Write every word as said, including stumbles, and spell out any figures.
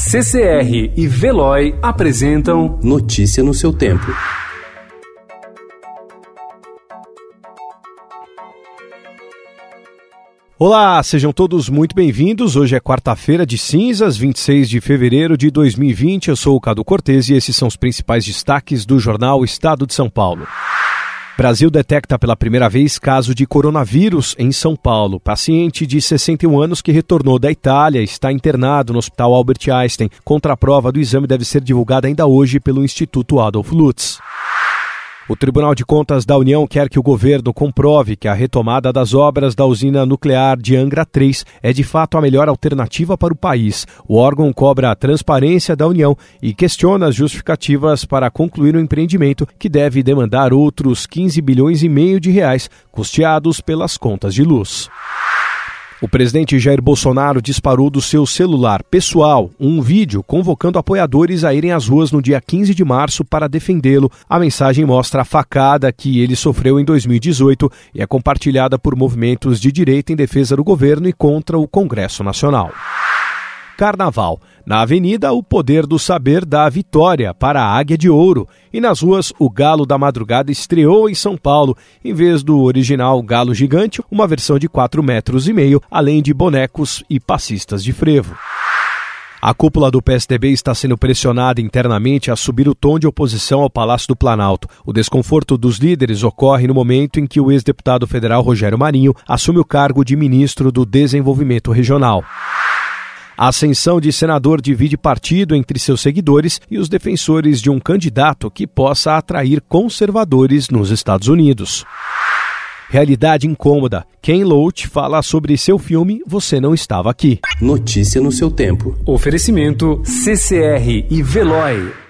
C C R e Veloy apresentam Notícia no seu tempo. Olá, sejam todos muito bem-vindos. Hoje é quarta-feira de cinzas, vinte e seis de fevereiro de dois mil e vinte. Eu sou o Cadu Cortez e esses são os principais destaques do jornal Estado de São Paulo. Brasil detecta pela primeira vez caso de coronavírus em São Paulo. Paciente de sessenta e um anos que retornou da Itália está internado no Hospital Albert Einstein. Contraprova do exame deve ser divulgada ainda hoje pelo Instituto Adolf Lutz. O Tribunal de Contas da União quer que o governo comprove que a retomada das obras da usina nuclear de Angra três é de fato a melhor alternativa para o país. O órgão cobra a transparência da União e questiona as justificativas para concluir o empreendimento, que deve demandar outros quinze bilhões e meio de reais, custeados pelas contas de luz. O presidente Jair Bolsonaro disparou do seu celular pessoal um vídeo convocando apoiadores a irem às ruas no dia quinze de março para defendê-lo. A mensagem mostra a facada que ele sofreu em dois mil e dezoito e é compartilhada por movimentos de direita em defesa do governo e contra o Congresso Nacional. Carnaval. Na avenida, o poder do saber dá a vitória para a Águia de Ouro. E nas ruas, o Galo da Madrugada estreou em São Paulo. Em vez do original Galo Gigante, uma versão de quatro metros e meio, além de bonecos e passistas de frevo. A cúpula do P S D B está sendo pressionada internamente a subir o tom de oposição ao Palácio do Planalto. O desconforto dos líderes ocorre no momento em que o ex-deputado federal Rogério Marinho assume o cargo de ministro do Desenvolvimento Regional. A ascensão de senador divide partido entre seus seguidores e os defensores de um candidato que possa atrair conservadores nos Estados Unidos. Realidade incômoda. Ken Loach fala sobre seu filme Você Não Estava Aqui. Notícia no seu tempo. Oferecimento C C R e Veloy.